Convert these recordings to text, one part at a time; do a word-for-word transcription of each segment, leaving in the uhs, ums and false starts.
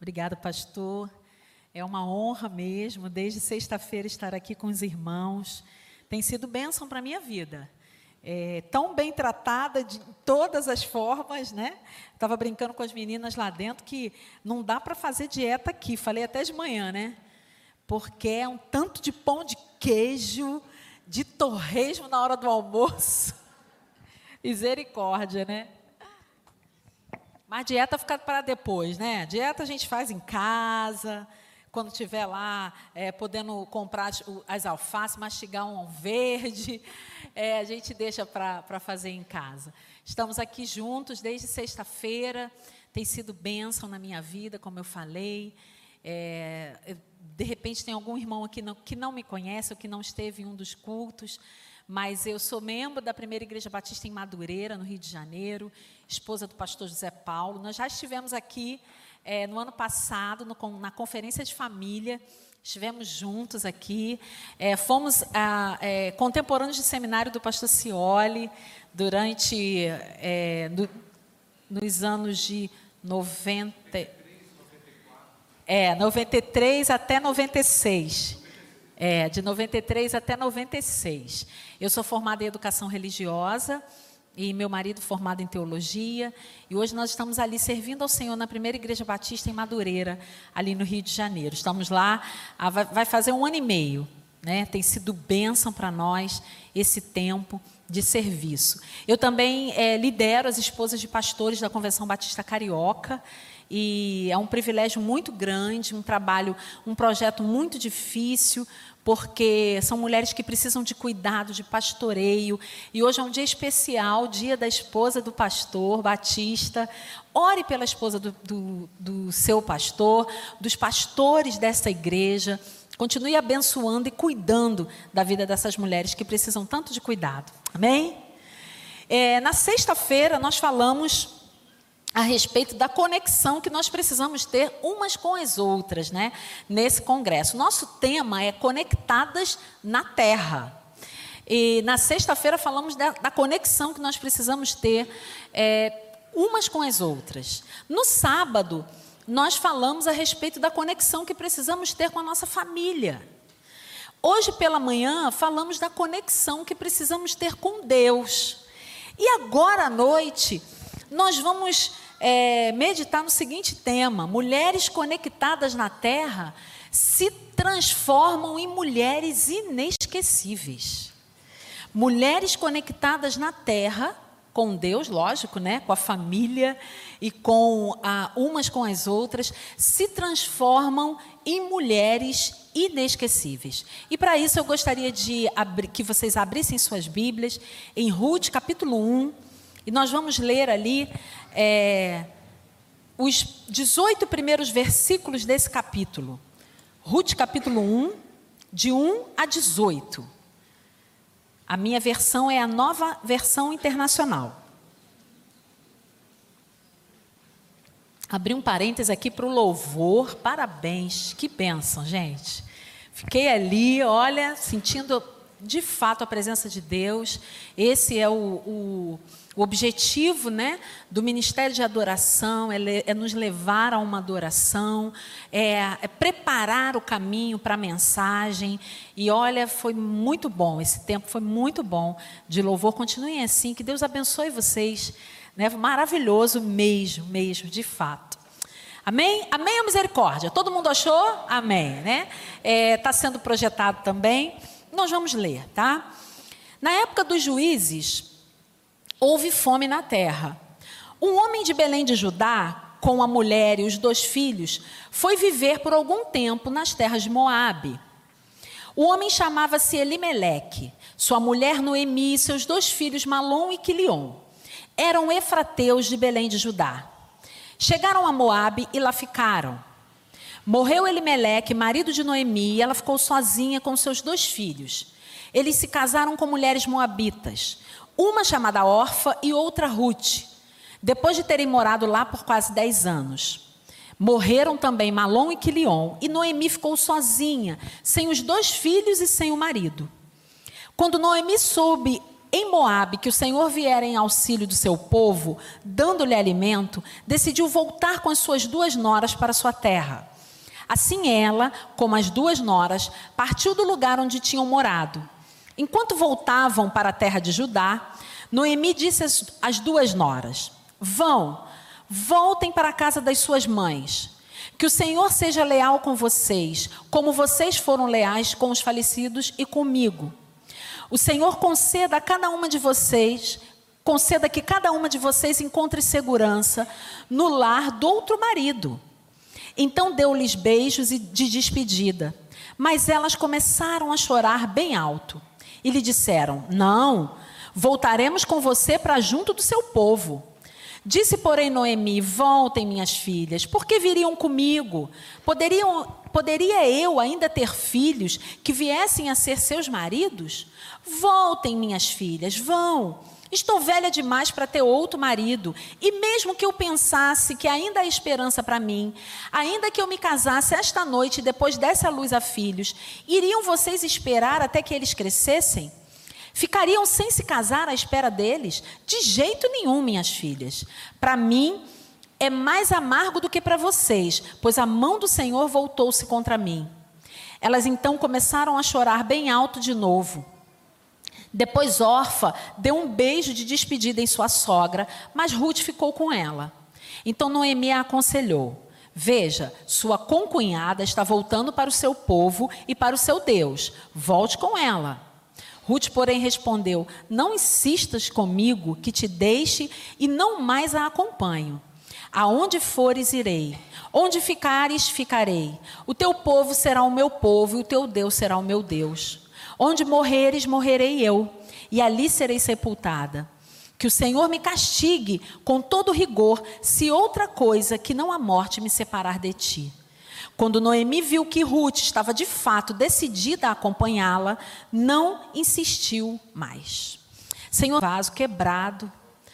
Obrigada, pastor. É uma honra mesmo, desde sexta-feira, estar aqui com os irmãos. Tem sido bênção para a minha vida. É, tão bem tratada de todas as formas, né? Estava brincando com as meninas lá dentro que não dá para fazer dieta aqui. Falei até de manhã, né? Porque é um tanto de pão de queijo, de torresmo na hora do almoço. Misericórdia, né? Mas dieta fica para depois, né? Dieta a gente faz em casa, quando estiver lá, é, podendo comprar as, as alfaces, mastigar um verde, é, a gente deixa para fazer em casa. Estamos aqui juntos desde sexta-feira, tem sido bênção na minha vida, como eu falei. É, de repente tem algum irmão aqui não, que não me conhece, ou que não esteve em um dos cultos, mas eu sou membro da Primeira Igreja Batista em Madureira, no Rio de Janeiro, esposa do pastor José Paulo. Nós já estivemos aqui é, no ano passado, no, na conferência de família, estivemos juntos aqui, é, fomos a, é, contemporâneos de seminário do pastor Cioli, durante, é, no, nos anos de noventa, é, noventa e três até noventa e seis. É, de noventa e três até noventa e seis. Eu sou formada em educação religiosa e meu marido formado em teologia. E hoje nós estamos ali servindo ao Senhor na Primeira Igreja Batista em Madureira, ali no Rio de Janeiro. Estamos lá, vai fazer um ano e meio, né? Tem sido bênção para nós esse tempo de serviço. Eu também é, lidero as esposas de pastores da Convenção Batista Carioca. E é um privilégio muito grande, um trabalho, um projeto muito difícil, porque são mulheres que precisam de cuidado, de pastoreio. E hoje é um dia especial, dia da esposa do pastor Batista. Ore pela esposa do, do, do seu pastor, dos pastores dessa igreja. Continue abençoando e cuidando da vida dessas mulheres que precisam tanto de cuidado. Amém? É, na sexta-feira nós falamos a respeito da conexão que nós precisamos ter umas com as outras, né, nesse congresso. Nosso tema é Conectadas na Terra. E na sexta-feira falamos da, da conexão que nós precisamos ter é, umas com as outras. No sábado, nós falamos a respeito da conexão que precisamos ter com a nossa família. Hoje pela manhã, falamos da conexão que precisamos ter com Deus. E agora à noite, nós vamos É, meditar no seguinte tema: mulheres conectadas na terra se transformam em mulheres inesquecíveis. Mulheres conectadas na terra, com Deus, lógico, né? Com a família e com a, umas com as outras, se transformam em mulheres inesquecíveis. E para isso eu gostaria de abrir, que vocês abrissem suas Bíblias em Ruth, capítulo um. E nós vamos ler ali é, os dezoito primeiros versículos desse capítulo. Ruth, capítulo um, de um a dezoito. A minha versão é a Nova Versão Internacional. Abri um parênteses aqui para o louvor. Parabéns, que bênção, gente. Fiquei ali, olha, sentindo de fato a presença de Deus. Esse é o... o O objetivo, né, do Ministério de Adoração é, é nos levar a uma adoração, é, é preparar o caminho para a mensagem. E olha, foi muito bom, esse tempo foi muito bom de louvor. Continuem assim, que Deus abençoe vocês, né, maravilhoso mesmo, mesmo, de fato. Amém? Amém ou misericórdia? Todo mundo achou? Amém, né? Está é, sendo projetado também. Nós vamos ler, tá? Na época dos juízes, houve fome na terra. Um homem de Belém de Judá, com a mulher e os dois filhos, foi viver por algum tempo nas terras de Moabe. O homem chamava-se Elimeleque, sua mulher Noemi e seus dois filhos Malom e Quilion. Eram efrateus de Belém de Judá. Chegaram a Moabe e lá ficaram. Morreu Elimeleque, marido de Noemi, e ela ficou sozinha com seus dois filhos. Eles se casaram com mulheres moabitas, uma chamada Orfa e outra Ruth, depois de terem morado lá por quase dez anos. Morreram também Malom e Quilion, e Noemi ficou sozinha, sem os dois filhos e sem o marido. Quando Noemi soube em Moabe que o Senhor viera em auxílio do seu povo, dando-lhe alimento, decidiu voltar com as suas duas noras para sua terra. Assim ela, como as duas noras, partiu do lugar onde tinham morado. Enquanto voltavam para a terra de Judá, Noemi disse às, às duas noras: vão, voltem para a casa das suas mães. Que o Senhor seja leal com vocês, como vocês foram leais com os falecidos e comigo. O Senhor conceda a cada uma de vocês, conceda que cada uma de vocês encontre segurança no lar do outro marido. Então deu-lhes beijos de despedida, mas elas começaram a chorar bem alto. E lhe disseram: não, voltaremos com você para junto do seu povo. Disse, porém, Noemi: voltem, minhas filhas, porque viriam comigo? Poderiam, poderia eu ainda ter filhos que viessem a ser seus maridos? Voltem, minhas filhas, vão. Estou velha demais para ter outro marido, e mesmo que eu pensasse que ainda há esperança para mim, ainda que eu me casasse esta noite e depois desse à luz a filhos, iriam vocês esperar até que eles crescessem? Ficariam sem se casar à espera deles? De jeito nenhum, minhas filhas. Para mim, é mais amargo do que para vocês, pois a mão do Senhor voltou-se contra mim. Elas então começaram a chorar bem alto de novo. Depois Orfa deu um beijo de despedida em sua sogra, mas Ruth ficou com ela. Então Noemi a aconselhou: veja, sua concunhada está voltando para o seu povo e para o seu Deus. Volte com ela. Ruth, porém, respondeu: não insistas comigo que te deixe e não mais a acompanho. Aonde fores, irei. Onde ficares, ficarei. O teu povo será o meu povo e o teu Deus será o meu Deus. Onde morreres, morrerei eu, e ali serei sepultada. Que o Senhor me castigue com todo rigor, se outra coisa que não a morte me separar de ti. Quando Noemi viu que Ruth estava de fato decidida a acompanhá-la, não insistiu mais. Senhor, vaso quebrado,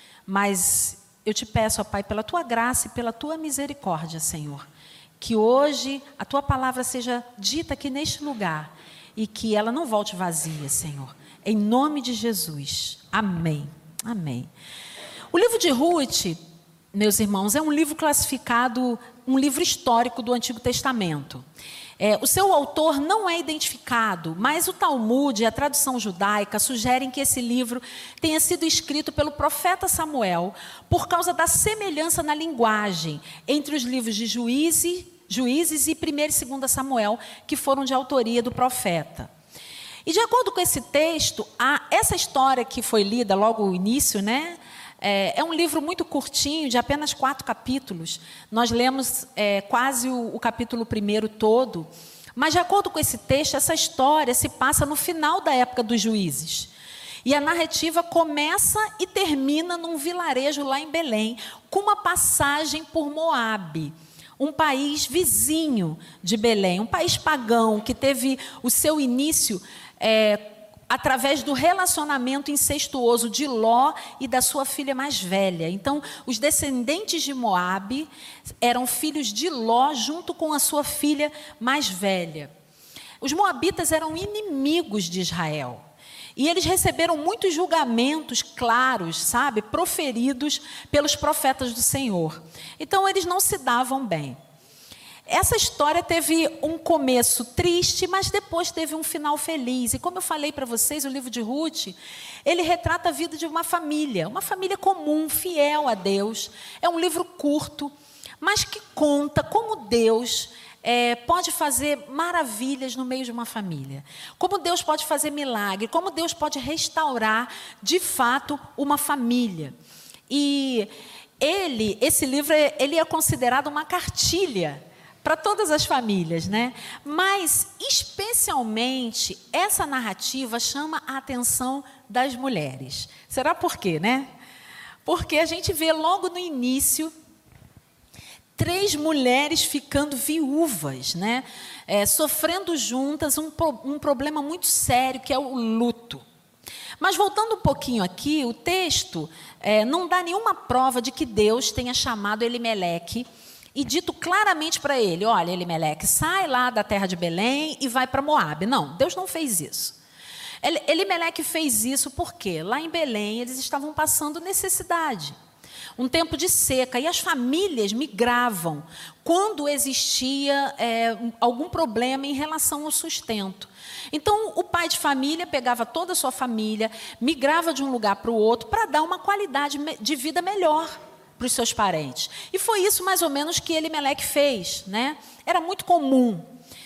mas eu te peço, ó Pai, pela tua graça e pela tua misericórdia, Senhor, que hoje a tua palavra seja dita aqui neste lugar, e que ela não volte vazia, Senhor. Em nome de Jesus. Amém. Amém. O livro de Ruth, meus irmãos, é um livro classificado, um livro histórico do Antigo Testamento. É, o seu autor não é identificado, mas o Talmud e a tradução judaica sugerem que esse livro tenha sido escrito pelo profeta Samuel por causa da semelhança na linguagem entre os livros de Juízes Juízes e primeiro e segundo Samuel, que foram de autoria do profeta. E de acordo com esse texto, a, essa história que foi lida logo no início, né, é, é um livro muito curtinho, de apenas quatro capítulos. Nós lemos é, quase o, o capítulo primeiro todo. Mas de acordo com esse texto, essa história se passa no final da época dos juízes. E a narrativa começa e termina num vilarejo lá em Belém, com uma passagem por Moabe, um país vizinho de Belém, um país pagão que teve o seu início é, através do relacionamento incestuoso de Ló e da sua filha mais velha. Então, os descendentes de Moabe eram filhos de Ló junto com a sua filha mais velha. Os moabitas eram inimigos de Israel. E eles receberam muitos julgamentos claros, sabe, proferidos pelos profetas do Senhor. Então, eles não se davam bem. Essa história teve um começo triste, mas depois teve um final feliz. E como eu falei para vocês, o livro de Ruth, ele retrata a vida de uma família, uma família comum, fiel a Deus. É um livro curto, mas que conta como Deus É, pode fazer maravilhas no meio de uma família. Como Deus pode fazer milagre, como Deus pode restaurar, de fato, uma família. E ele, esse livro, ele é considerado uma cartilha para todas as famílias, né? Mas, especialmente, essa narrativa chama a atenção das mulheres. Será por quê, né? Porque a gente vê logo no início três mulheres ficando viúvas, né? É, sofrendo juntas um, um problema muito sério, que é o luto. Mas voltando um pouquinho aqui, o texto é, não dá nenhuma prova de que Deus tenha chamado Elimeleque e dito claramente para ele: olha, Elimeleque, sai lá da terra de Belém e vai para Moabe. Não, Deus não fez isso. Elimeleque fez isso porque lá em Belém eles estavam passando necessidade. Um tempo de seca, e as famílias migravam quando existia é, algum problema em relação ao sustento. Então, o pai de família pegava toda a sua família, migrava de um lugar para o outro para dar uma qualidade de vida melhor para os seus parentes. E foi isso, mais ou menos, que Elimeleque fez, né? Era muito comum.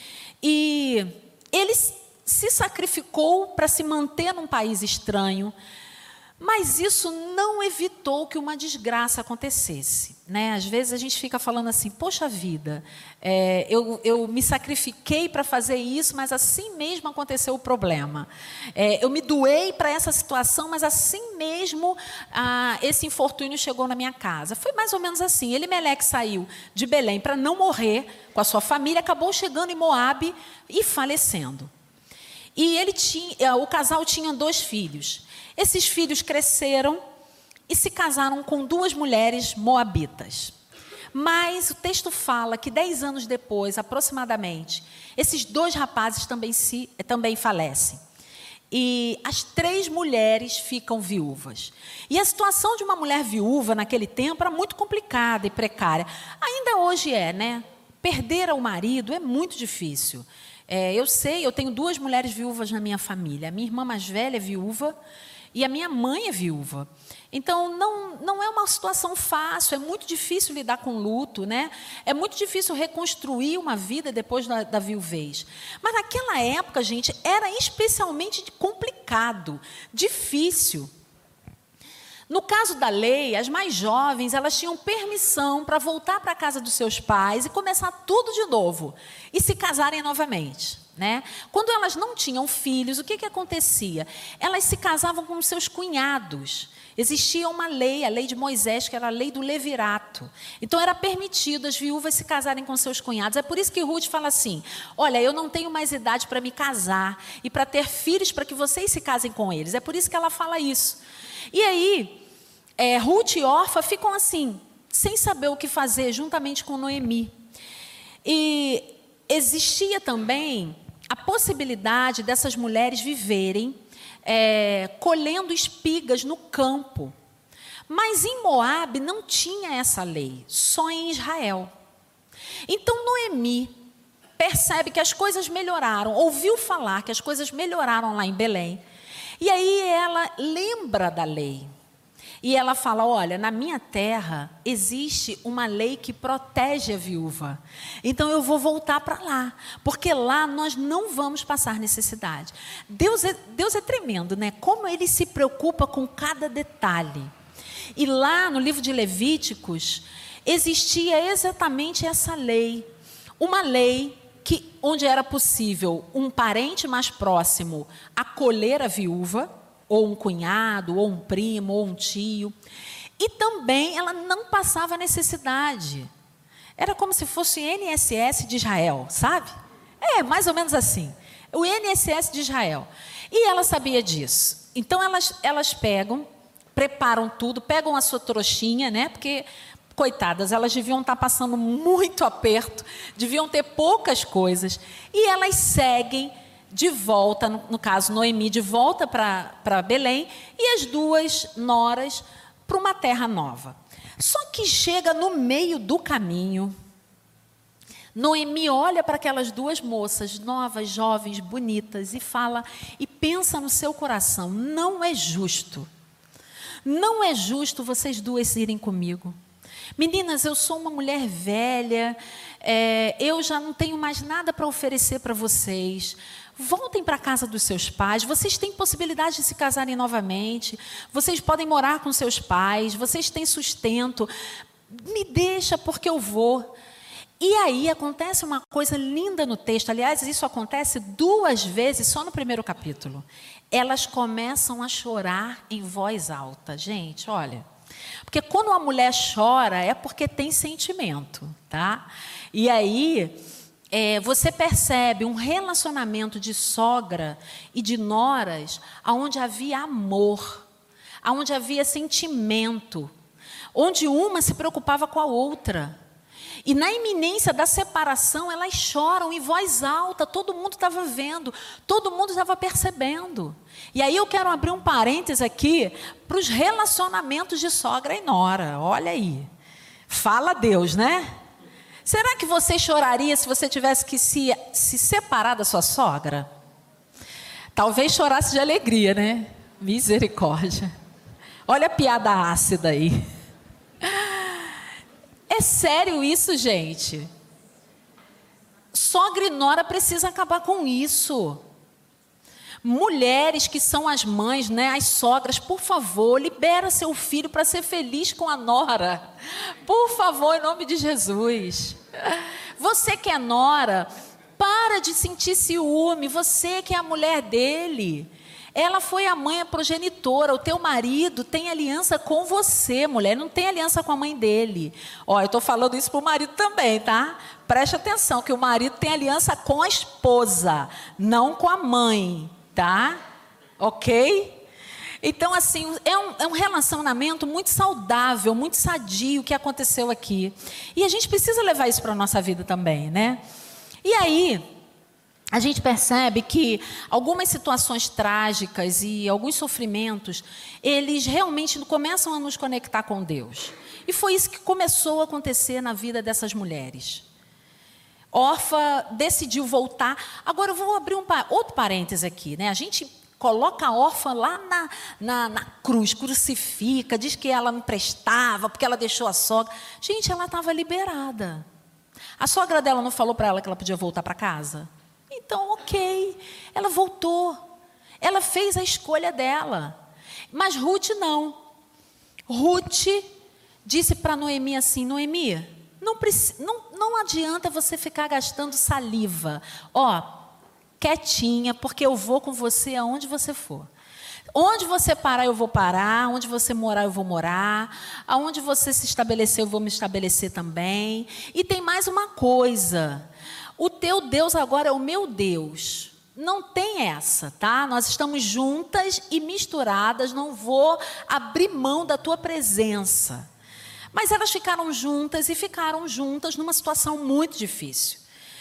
E ele se sacrificou para se manter num país estranho, mas isso não evitou que uma desgraça acontecesse, né? Às vezes a gente fica falando assim, poxa vida, é, eu, eu me sacrifiquei para fazer isso, mas assim mesmo aconteceu o problema. É, eu me doei para essa situação, mas assim mesmo ah, esse infortúnio chegou na minha casa. Foi mais ou menos assim. Elimeleque saiu de Belém para não morrer com a sua família, acabou chegando em Moabe e falecendo. E ele tinha, o casal tinha dois filhos. Esses filhos cresceram e se casaram com duas mulheres moabitas. Mas o texto fala que dez anos depois, aproximadamente, esses dois rapazes também, se, também falecem. E as três mulheres ficam viúvas. E a situação de uma mulher viúva naquele tempo era muito complicada e precária. Ainda hoje é, né? Perder o marido é muito difícil. É, eu sei, eu tenho duas mulheres viúvas na minha família. A minha irmã mais velha é viúva e a minha mãe é viúva. Então, não, não é uma situação fácil, é muito difícil lidar com luto, né? É muito difícil reconstruir uma vida depois da, da viuvez. Mas naquela época, gente, era especialmente complicado, difícil. No caso da lei, as mais jovens, elas tinham permissão para voltar para a casa dos seus pais e começar tudo de novo, e se casarem novamente, né? Quando elas não tinham filhos, o que, que acontecia? Elas se casavam com os seus cunhados. Existia uma lei, a lei de Moisés, que era a lei do levirato. Então, era permitido as viúvas se casarem com seus cunhados. É por isso que Ruth fala assim, olha, eu não tenho mais idade para me casar e para ter filhos para que vocês se casem com eles. É por isso que ela fala isso. E aí, é, Ruth e Orfa ficam assim, sem saber o que fazer, juntamente com Noemi. E existia também a possibilidade dessas mulheres viverem é, colhendo espigas no campo. Mas em Moabe não tinha essa lei, só em Israel. Então Noemi percebe que as coisas melhoraram, ouviu falar que as coisas melhoraram lá em Belém. E aí ela lembra da lei. E ela fala, olha, na minha terra existe uma lei que protege a viúva. Então eu vou voltar para lá, porque lá nós não vamos passar necessidade. Deus é, Deus é tremendo, né? Como Ele se preocupa com cada detalhe. E lá no livro de Levíticos, existia exatamente essa lei. Uma lei que, onde era possível um parente mais próximo acolher a viúva, ou um cunhado, ou um primo, ou um tio. E também ela não passava necessidade. Era como se fosse o I N S S de Israel, sabe? É, mais ou menos assim. O I N S S de Israel. E ela sabia disso. Então, elas, elas pegam, preparam tudo, pegam a sua trouxinha, né? Porque, coitadas, elas deviam estar passando muito aperto, deviam ter poucas coisas. E elas seguem de volta, no, no caso Noemi, de volta para Belém, e as duas noras para uma terra nova. Só que chega no meio do caminho, Noemi olha para aquelas duas moças, novas, jovens, bonitas, e fala, e pensa no seu coração, não é justo, não é justo vocês duas irem comigo. Meninas, eu sou uma mulher velha, é, eu já não tenho mais nada para oferecer para vocês. Voltem para a casa dos seus pais, vocês têm possibilidade de se casarem novamente, vocês podem morar com seus pais, vocês têm sustento, me deixa porque eu vou. E aí acontece uma coisa linda no texto, aliás, isso acontece duas vezes só no primeiro capítulo. Elas começam a chorar em voz alta, gente, olha, porque quando uma mulher chora é porque tem sentimento, tá? E aí É, você percebe um relacionamento de sogra e de noras onde havia amor, onde havia sentimento, onde uma se preocupava com a outra. E na iminência da separação, elas choram em voz alta, todo mundo estava vendo, todo mundo estava percebendo. E aí eu quero abrir um parênteses aqui para os relacionamentos de sogra e nora. Olha aí, fala Deus, né? Será que você choraria se você tivesse que se, se separar da sua sogra? Talvez chorasse de alegria, né? Misericórdia. Olha a piada ácida aí. É sério isso, gente? Sogra e nora precisa acabar com isso. Mulheres que são as mães, né, as sogras, por favor, libera seu filho para ser feliz com a nora. Por favor, em nome de Jesus. Você que é nora, para de sentir ciúme. Você que é a mulher dele. Ela foi a mãe, a progenitora. O teu marido tem aliança com você, mulher. Não tem aliança com a mãe dele. Ó, eu estou falando isso para o marido também, tá? Preste atenção, que o marido tem aliança com a esposa, não com a mãe, tá? Ok? Então, assim, é um, é um relacionamento muito saudável, muito sadio que aconteceu aqui. E a gente precisa levar isso para a nossa vida também, né? E aí, a gente percebe que algumas situações trágicas e alguns sofrimentos, eles realmente começam a nos conectar com Deus. E foi isso que começou a acontecer na vida dessas mulheres. Orfa decidiu voltar. Agora eu vou abrir um outro parêntese aqui, né? A gente coloca a órfã lá na, na, na cruz, crucifica, diz que ela não prestava porque ela deixou a sogra. Gente, ela estava liberada. A sogra dela não falou para ela que ela podia voltar para casa? Então, ok, ela voltou. Ela fez a escolha dela. Mas Ruth não. Ruth disse para Noemi assim: Noemi, não, não, não adianta você ficar gastando saliva. Ó, quietinha, porque eu vou com você aonde você for. Onde você parar, eu vou parar. Onde você morar, eu vou morar. Aonde você se estabelecer, eu vou me estabelecer também. E tem mais uma coisa. O teu Deus agora é o meu Deus. Não tem essa, tá? Nós estamos juntas e misturadas. Não vou abrir mão da tua presença. Mas elas ficaram juntas e ficaram juntas numa situação muito difícil.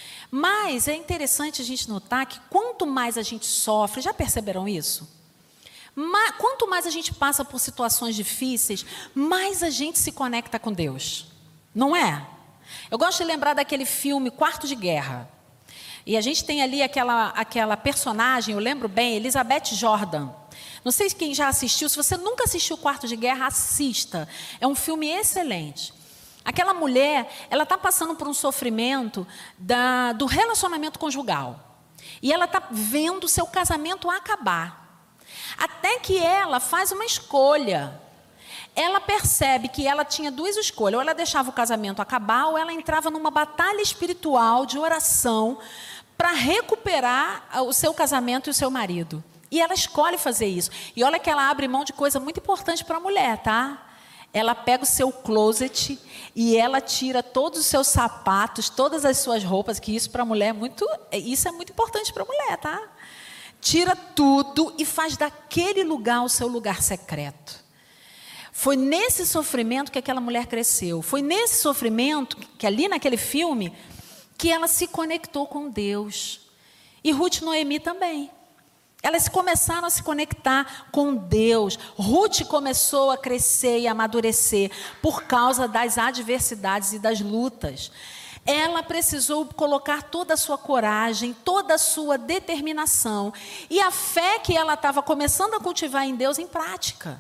Mas é interessante a gente notar que quanto mais a gente sofre, já perceberam isso? Mas, quanto mais a gente passa por situações difíceis, mais a gente se conecta com Deus. Não é? Eu gosto de lembrar daquele filme Quarto de Guerra. E a gente tem ali aquela, aquela personagem, eu lembro bem, Elizabeth Jordan. Não sei quem já assistiu, se você nunca assistiu Quarto de Guerra, assista. É um filme excelente. Aquela mulher, ela está passando por um sofrimento da, do relacionamento conjugal. E ela está vendo o seu casamento acabar. Até que ela faz uma escolha. Ela percebe que ela tinha duas escolhas. Ou ela deixava o casamento acabar, ou ela entrava numa batalha espiritual de oração para recuperar o seu casamento e o seu marido. E ela escolhe fazer isso. E olha que ela abre mão de coisa muito importante para a mulher, tá? Ela pega o seu closet e ela tira todos os seus sapatos, todas as suas roupas, que isso para a mulher é muito, isso é muito importante para a mulher, tá? Tira tudo e faz daquele lugar o seu lugar secreto. Foi nesse sofrimento que aquela mulher cresceu. Foi nesse sofrimento, que ali naquele filme, que ela se conectou com Deus. E Ruth e Noemi também. Elas começaram a se conectar com Deus. Ruth começou a crescer e amadurecer por causa das adversidades e das lutas. Ela precisou colocar toda a sua coragem, toda a sua determinação e a fé que ela estava começando a cultivar em Deus em prática.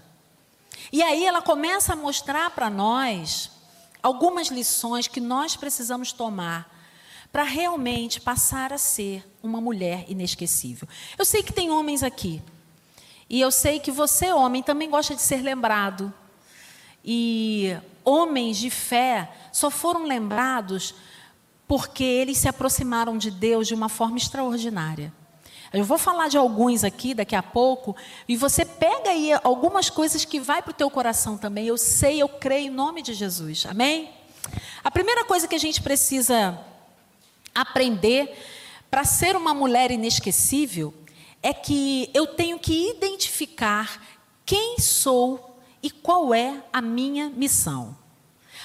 E aí ela começa a mostrar para nós algumas lições que nós precisamos tomar para realmente passar a ser uma mulher inesquecível. Eu sei que tem homens aqui. E eu sei que você, homem, também gosta de ser lembrado. E homens de fé só foram lembrados porque eles se aproximaram de Deus de uma forma extraordinária. Eu vou falar de alguns aqui daqui a pouco, e você pega aí algumas coisas que vai para o teu coração também. Eu sei, eu creio em nome de Jesus. Amém? A primeira coisa que a gente precisa aprender para ser uma mulher inesquecível é que eu tenho que identificar quem sou e qual é a minha missão.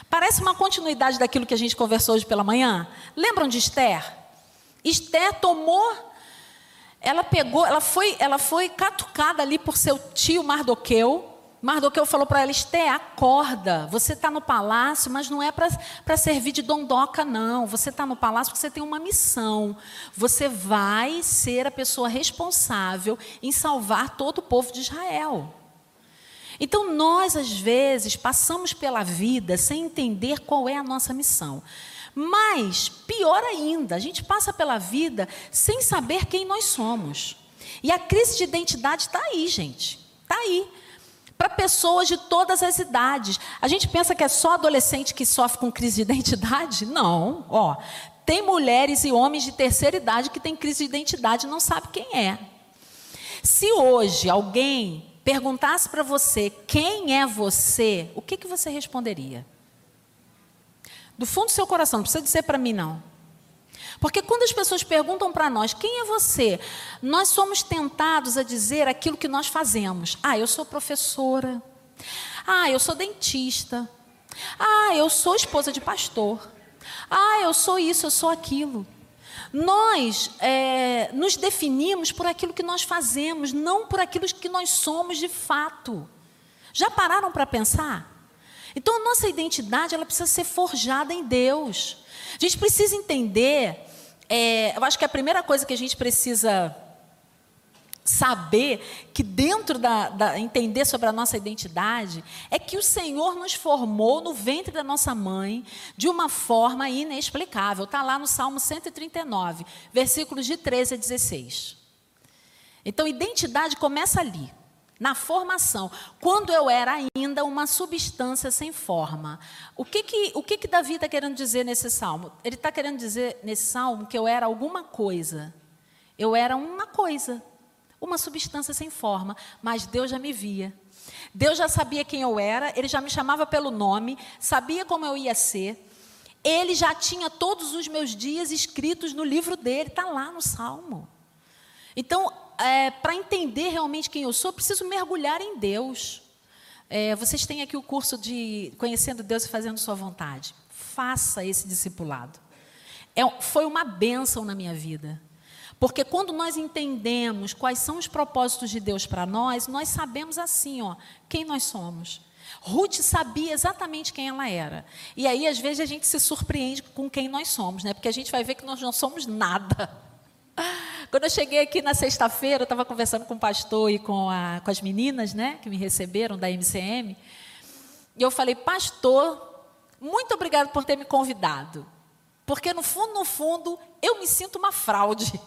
Parece uma continuidade daquilo que a gente conversou hoje pela manhã. Lembram de Esther? Esther tomou, ela pegou, ela foi, ela foi catucada ali por seu tio Mardoqueu. Mardoqueu falou para ela: Esther, acorda, você está no palácio, mas não é para servir de dondoca, não. Você está no palácio porque você tem uma missão. Você vai ser a pessoa responsável em salvar todo o povo de Israel. Então, nós, às vezes, passamos pela vida sem entender qual é a nossa missão. Mas, pior ainda, a gente passa pela vida sem saber quem nós somos. E a crise de identidade está aí, gente. Está aí. Para pessoas de todas as idades. A gente pensa que é só adolescente que sofre com crise de identidade? Não. Ó, tem mulheres e homens de terceira idade que têm crise de identidade e não sabe quem é. Se hoje alguém perguntasse para você quem é você, o que, que você responderia? Do fundo do seu coração, não precisa dizer para mim não. Porque quando as pessoas perguntam para nós, quem é você? Nós somos tentados a dizer aquilo que nós fazemos. Ah, eu sou professora. Ah, eu sou dentista. Ah, eu sou esposa de pastor. Ah, eu sou isso, eu sou aquilo. Nós é, nos definimos por aquilo que nós fazemos, não por aquilo que nós somos de fato. Já pararam para pensar? Então, a nossa identidade ela precisa ser forjada em Deus. A gente precisa entender, é, eu acho que a primeira coisa que a gente precisa saber, que dentro da, da, entender sobre a nossa identidade, é que o Senhor nos formou no ventre da nossa mãe de uma forma inexplicável. Está lá no Salmo cento e trinta e nove, versículos de treze a dezesseis. Então, identidade começa ali, na formação, quando eu era ainda uma substância sem forma. O que que, o que, que Davi está querendo dizer nesse salmo? Ele está querendo dizer nesse salmo que eu era alguma coisa. Eu era uma coisa, uma substância sem forma, mas Deus já me via. Deus já sabia quem eu era, Ele já me chamava pelo nome, sabia como eu ia ser. Ele já tinha todos os meus dias escritos no livro dele, está lá no salmo. Então, É, para entender realmente quem eu sou, eu preciso mergulhar em Deus. É, vocês têm aqui o curso de Conhecendo Deus e Fazendo Sua Vontade. Faça esse discipulado. É, foi uma bênção na minha vida. Porque quando nós entendemos quais são os propósitos de Deus para nós, nós sabemos assim, ó, quem nós somos. Ruth sabia exatamente quem ela era. E aí, às vezes, a gente se surpreende com quem nós somos, né? Porque a gente vai ver que nós não somos nada. Quando eu cheguei aqui na sexta-feira, eu estava conversando com o pastor e com, a, com as meninas, né, que me receberam da M C M, e eu falei: pastor, muito obrigado por ter me convidado, porque no fundo, no fundo, eu me sinto uma fraude.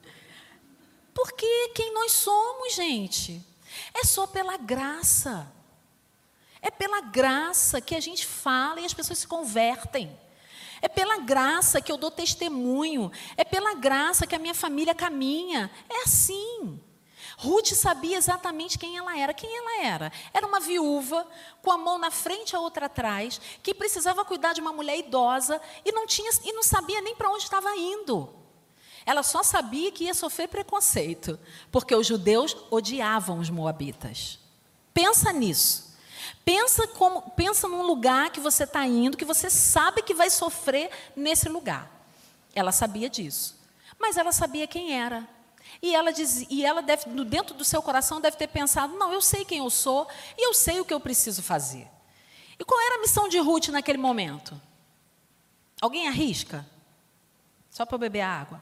Porque quem nós somos, gente, é só pela graça. É pela graça que a gente fala e as pessoas se convertem. É pela graça que eu dou testemunho. É pela graça que a minha família caminha. É assim. Ruth sabia exatamente quem ela era. Quem ela era? Era uma viúva, com a mão na frente e a outra atrás, que precisava cuidar de uma mulher idosa e não, tinha, e não sabia nem para onde estava indo. Ela só sabia que ia sofrer preconceito, porque os judeus odiavam os moabitas. Pensa nisso. Pensa, como, pensa num lugar que você está indo, que você sabe que vai sofrer nesse lugar. Ela sabia disso. Mas ela sabia quem era. E ela, diz, e ela deve, dentro do seu coração, deve ter pensado: não, eu sei quem eu sou e eu sei o que eu preciso fazer. E qual era a missão de Ruth naquele momento? Alguém arrisca? Só para beber água.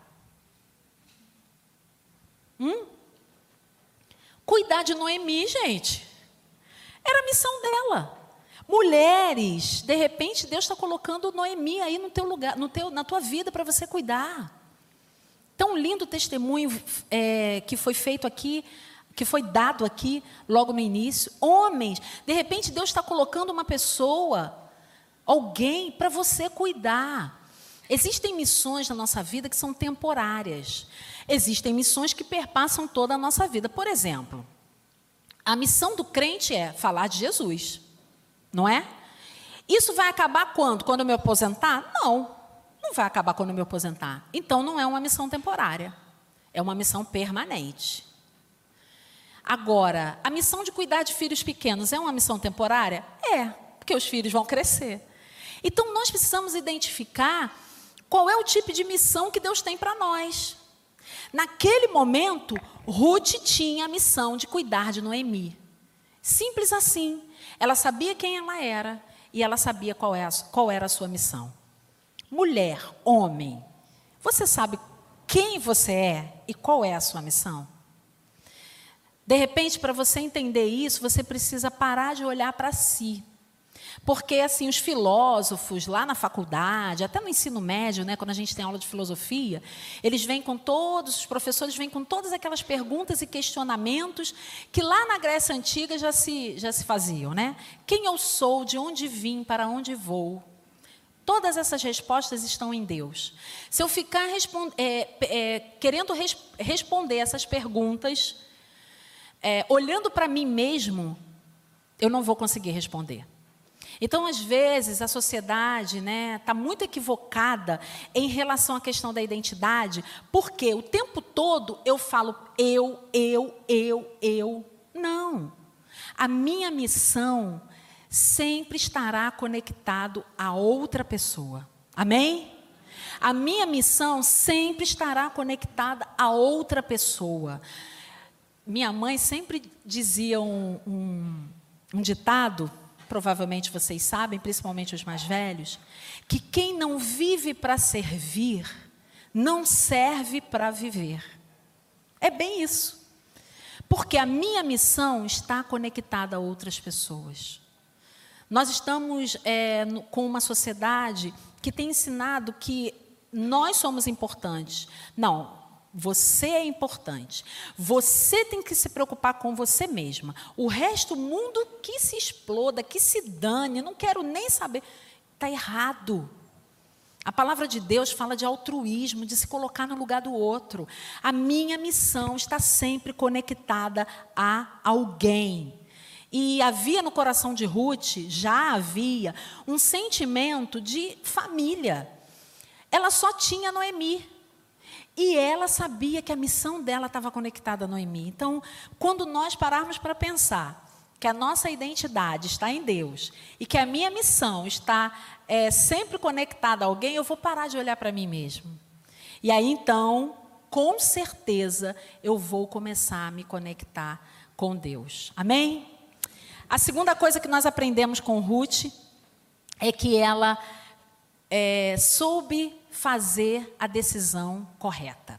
Hum? Cuidar de Noemi, gente. Era a missão dela. Mulheres, de repente, Deus está colocando Noemi aí no teu lugar, no teu, na tua vida para você cuidar. Tão lindo o testemunho é, que foi feito aqui, que foi dado aqui logo no início. Homens, de repente Deus está colocando uma pessoa, alguém para você cuidar. Existem missões na nossa vida que são temporárias. Existem missões que perpassam toda a nossa vida. Por exemplo, a missão do crente é falar de Jesus, não é? Isso vai acabar quando? Quando eu me aposentar? Não, não vai acabar quando eu me aposentar. Então, não é uma missão temporária, é uma missão permanente. Agora, a missão de cuidar de filhos pequenos é uma missão temporária? É, porque os filhos vão crescer. Então, nós precisamos identificar qual é o tipo de missão que Deus tem para nós. Naquele momento, Ruth tinha a missão de cuidar de Noemi. Simples assim. Ela sabia quem ela era e ela sabia qual, é a, qual era a sua missão. Mulher, homem, você sabe quem você é e qual é a sua missão? De repente, para você entender isso, você precisa parar de olhar para si. Porque, assim, os filósofos lá na faculdade, até no ensino médio, né, quando a gente tem aula de filosofia, eles vêm com todos, os professores vêm com todas aquelas perguntas e questionamentos que lá na Grécia Antiga já se, já se faziam, né? Quem eu sou, de onde vim, para onde vou? Todas essas respostas estão em Deus. Se eu ficar é, é, querendo res responder essas perguntas, é, olhando para mim mesmo, eu não vou conseguir responder. Então, às vezes, a sociedade, né, está muito equivocada em relação à questão da identidade, porque o tempo todo eu falo eu, eu, eu, eu. Não. A minha missão sempre estará conectado a outra pessoa. Amém? A minha missão sempre estará conectada a outra pessoa. Minha mãe sempre dizia um, um, um ditado, provavelmente vocês sabem, principalmente os mais velhos, que quem não vive para servir, não serve para viver. É bem isso. Porque a minha missão está conectada a outras pessoas. Nós estamos é, no, com uma sociedade que tem ensinado que nós somos importantes. Não, você é importante. Você tem que se preocupar com você mesma. O resto, o mundo que se exploda, que se dane, não quero nem saber. Está errado. A palavra de Deus fala de altruísmo, de se colocar no lugar do outro. A minha missão está sempre conectada a alguém. E havia no coração de Ruth, já havia, um sentimento de família. Ela só tinha Noemi. E ela sabia que a missão dela estava conectada a Noemi. Então, quando nós pararmos para pensar que a nossa identidade está em Deus e que a minha missão está é, sempre conectada a alguém, eu vou parar de olhar para mim mesmo. E aí, então, com certeza, eu vou começar a me conectar com Deus. Amém? A segunda coisa que nós aprendemos com Ruth é que ela é, soube fazer a decisão correta.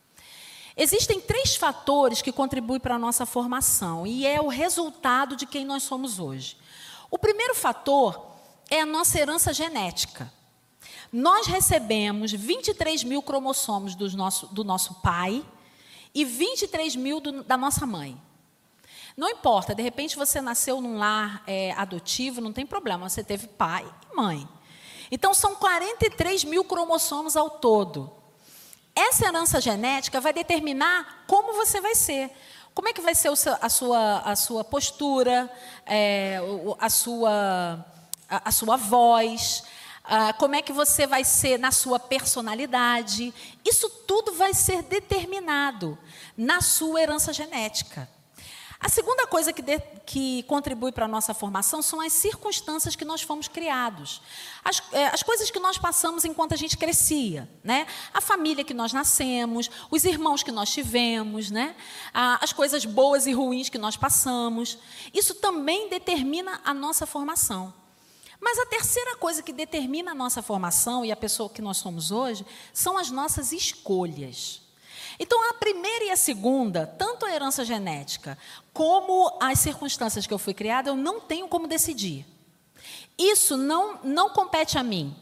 Existem três fatores que contribuem para a nossa formação e é o resultado de quem nós somos hoje. O primeiro fator é a nossa herança genética. Nós recebemos vinte e três mil cromossomos do nosso, do nosso pai e vinte e três mil do, da nossa mãe. Não importa, de repente você nasceu num lar é, adotivo, não tem problema, você teve pai e mãe. Então, são quarenta e três mil cromossomos ao todo. Essa herança genética vai determinar como você vai ser. Como é que vai ser o seu, a, sua, a sua postura, é, a, sua, a, a sua voz, a, como é que você vai ser na sua personalidade. Isso tudo vai ser determinado na sua herança genética. A segunda coisa que, de, que contribui para a nossa formação são as circunstâncias que nós fomos criados. As, é, as coisas que nós passamos enquanto a gente crescia, né? A família que nós nascemos, os irmãos que nós tivemos, né? a, as coisas boas e ruins que nós passamos. Isso também determina a nossa formação. Mas a terceira coisa que determina a nossa formação e a pessoa que nós somos hoje são as nossas escolhas. Então, a primeira e a segunda, tanto a herança genética como as circunstâncias que eu fui criada, eu não tenho como decidir. Isso não, não compete a mim.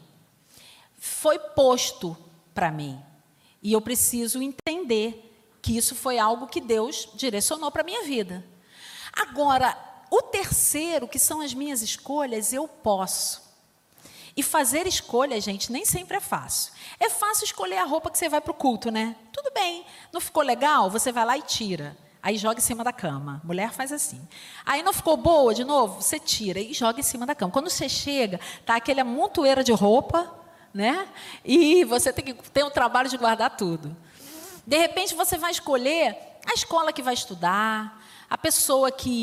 Foi posto para mim. E eu preciso entender que isso foi algo que Deus direcionou para a minha vida. Agora, o terceiro, que são as minhas escolhas, eu posso. E fazer escolha, gente, nem sempre é fácil. É fácil escolher a roupa que você vai para o culto, né? Tudo bem, não ficou legal? Você vai lá e tira. Aí joga em cima da cama. Mulher faz assim. Aí não ficou boa de novo? Você tira e joga em cima da cama. Quando você chega, tá aquele amontoeira de roupa, né? E você tem que ter o trabalho de guardar tudo. De repente, você vai escolher a escola que vai estudar, a pessoa que...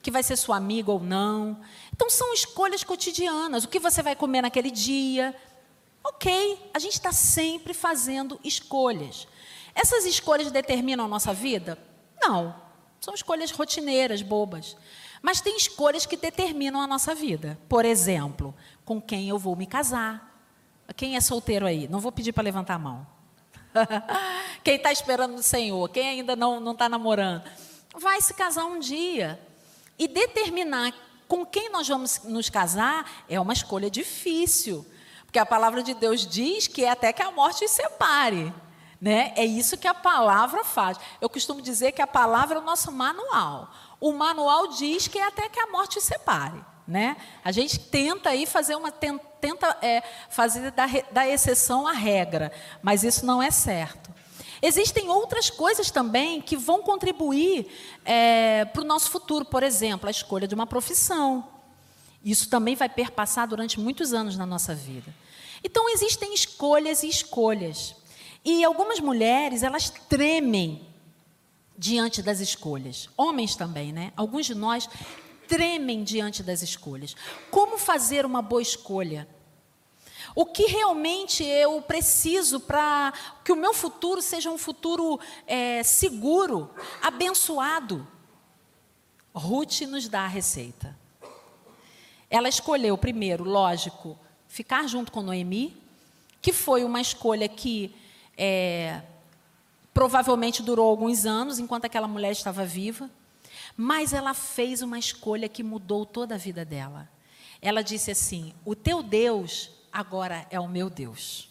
que vai ser sua amiga ou não. Então, são escolhas cotidianas. O que você vai comer naquele dia. Ok, a gente está sempre fazendo escolhas. Essas escolhas determinam a nossa vida? Não. São escolhas rotineiras, bobas. Mas tem escolhas que determinam a nossa vida. Por exemplo, com quem eu vou me casar. Quem é solteiro aí? Não vou pedir para levantar a mão. Quem está esperando no Senhor? Quem ainda não está namorando? Vai se casar um dia. E determinar com quem nós vamos nos casar é uma escolha difícil. Porque a palavra de Deus diz que é até que a morte os separe. Né? É isso que a palavra faz. Eu costumo dizer que a palavra é o nosso manual. O manual diz que é até que a morte os separe. Né? A gente tenta aí fazer uma tenta é, fazer da, da exceção a regra, mas isso não é certo. Existem outras coisas também que vão contribuir é, para o nosso futuro, por exemplo, a escolha de uma profissão. Isso também vai perpassar durante muitos anos na nossa vida. Então existem escolhas e escolhas. E algumas mulheres, elas tremem diante das escolhas. Homens também, né? Alguns de nós tremem diante das escolhas. Como fazer uma boa escolha? O que realmente eu preciso para que o meu futuro seja um futuro é, seguro, abençoado? Ruth nos dá a receita. Ela escolheu primeiro, lógico, ficar junto com Noemi, que foi uma escolha que é, provavelmente durou alguns anos, enquanto aquela mulher estava viva. Mas ela fez uma escolha que mudou toda a vida dela. Ela disse assim: o teu Deus agora é o meu Deus.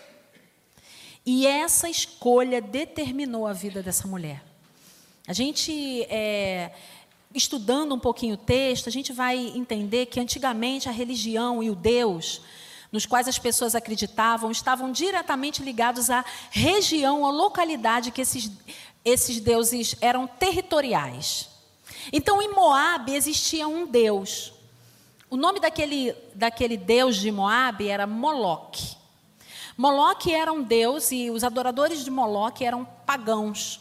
E essa escolha determinou a vida dessa mulher. A gente, é, estudando um pouquinho o texto, a gente vai entender que antigamente a religião e o Deus, nos quais as pessoas acreditavam, estavam diretamente ligados à região, à localidade que esses, esses deuses eram territoriais. Então, em Moabe existia um deus. O nome daquele, daquele deus de Moabe era Moloque. Moloque era um deus e os adoradores de Moloque eram pagãos.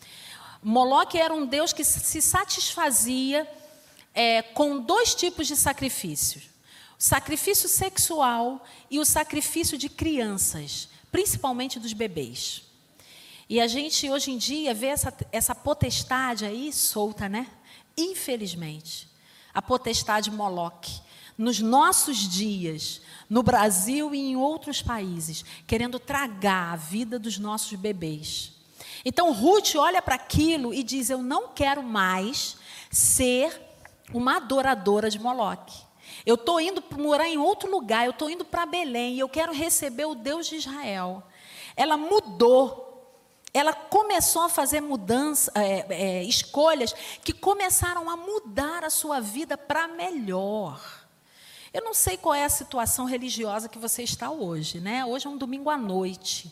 Moloque era um deus que se satisfazia é, com dois tipos de sacrifícios. O sacrifício sexual e o sacrifício de crianças, principalmente dos bebês. E a gente, hoje em dia, vê essa, essa potestade aí solta, né? Infelizmente, a potestade Moloque, nos nossos dias, no Brasil e em outros países, querendo tragar a vida dos nossos bebês. Então, Ruth olha para aquilo e diz: eu não quero mais ser uma adoradora de Moloque. Eu estou indo morar em outro lugar, eu estou indo para Belém e eu quero receber o Deus de Israel. Ela mudou. Ela começou a fazer mudança, é, é, escolhas que começaram a mudar a sua vida para melhor. Eu não sei qual é a situação religiosa que você está hoje, né? Hoje é um domingo à noite.